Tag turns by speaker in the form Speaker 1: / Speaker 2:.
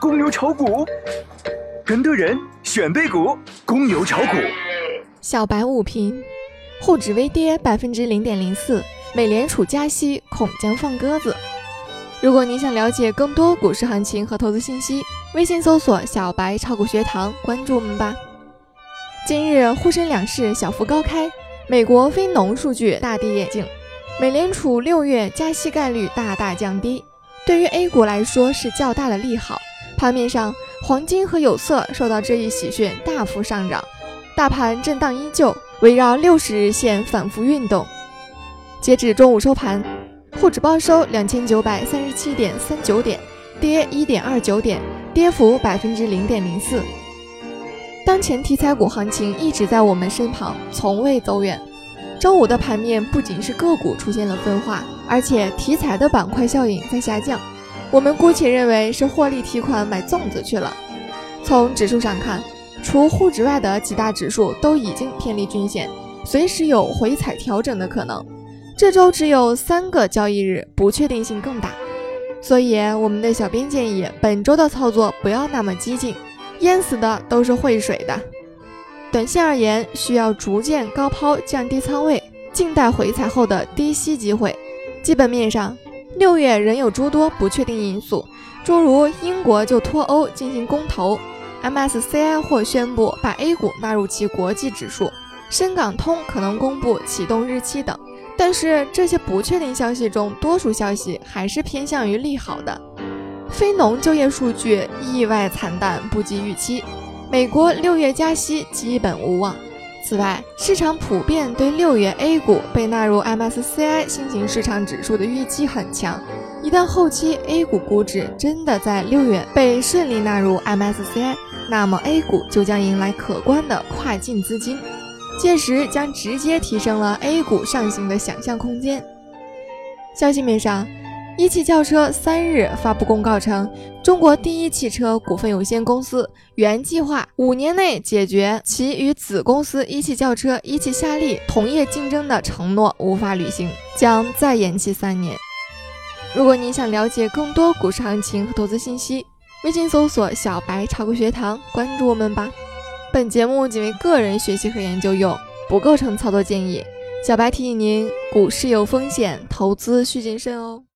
Speaker 1: 公牛炒股，跟对人选对股，公牛炒股。
Speaker 2: 小白午评：沪指微跌0.04%，美联储加息恐将放鸽子。如果你想了解更多股市行情和投资信息，微信搜索小白炒股学堂，关注我们吧。今日沪深两市小幅高开，美国非农数据大跌眼镜，美联储6月加息概率大大降低，对于 A 股来说是较大的利好。盘面上，黄金和有色受到这一喜讯大幅上涨，大盘震荡依旧，围绕60日线反复运动。截止中午收盘，沪指报收2937.39点，跌1.29点，跌幅0.04%。当前题材股行情一直在我们身旁，从未走远。周五的盘面不仅是个股出现了分化，而且题材的板块效应在下降，我们姑且认为是获利提款买粽子去了。从指数上看，除沪指外的几大指数都已经偏离均线，随时有回踩调整的可能。这周只有3个交易日，不确定性更大，所以我们的小编建议本周的操作不要那么激进，淹死的都是会水的。短线而言，需要逐渐高抛降低仓位，静待回踩后的低吸机会。基本面上，6月仍有诸多不确定因素，诸如英国就脱欧进行公投， MSCI 或宣布把 A 股纳入其国际指数，深港通可能公布启动日期等。但是这些不确定消息中，多数消息还是偏向于利好的。非农就业数据意外惨淡，不及预期，美国6月加息基本无望。此外，市场普遍对6月 A 股被纳入 MSCI 新型市场指数的预期很强，一旦后期 A 股股指真的在6月被顺利纳入 MSCI， 那么 A 股就将迎来可观的跨境资金，届时将直接提升了 A 股上行的想象空间。消息面上，一汽轿车3日发布公告称，中国第一汽车股份有限公司原计划5年内解决其与子公司一汽轿车、一汽夏利同业竞争的承诺无法履行，将再延期3年。如果你想了解更多股市行情和投资信息，微信搜索小白炒股学堂，关注我们吧。本节目仅为个人学习和研究用，不构成操作建议。小白提醒您，股市有风险，投资需谨慎哦。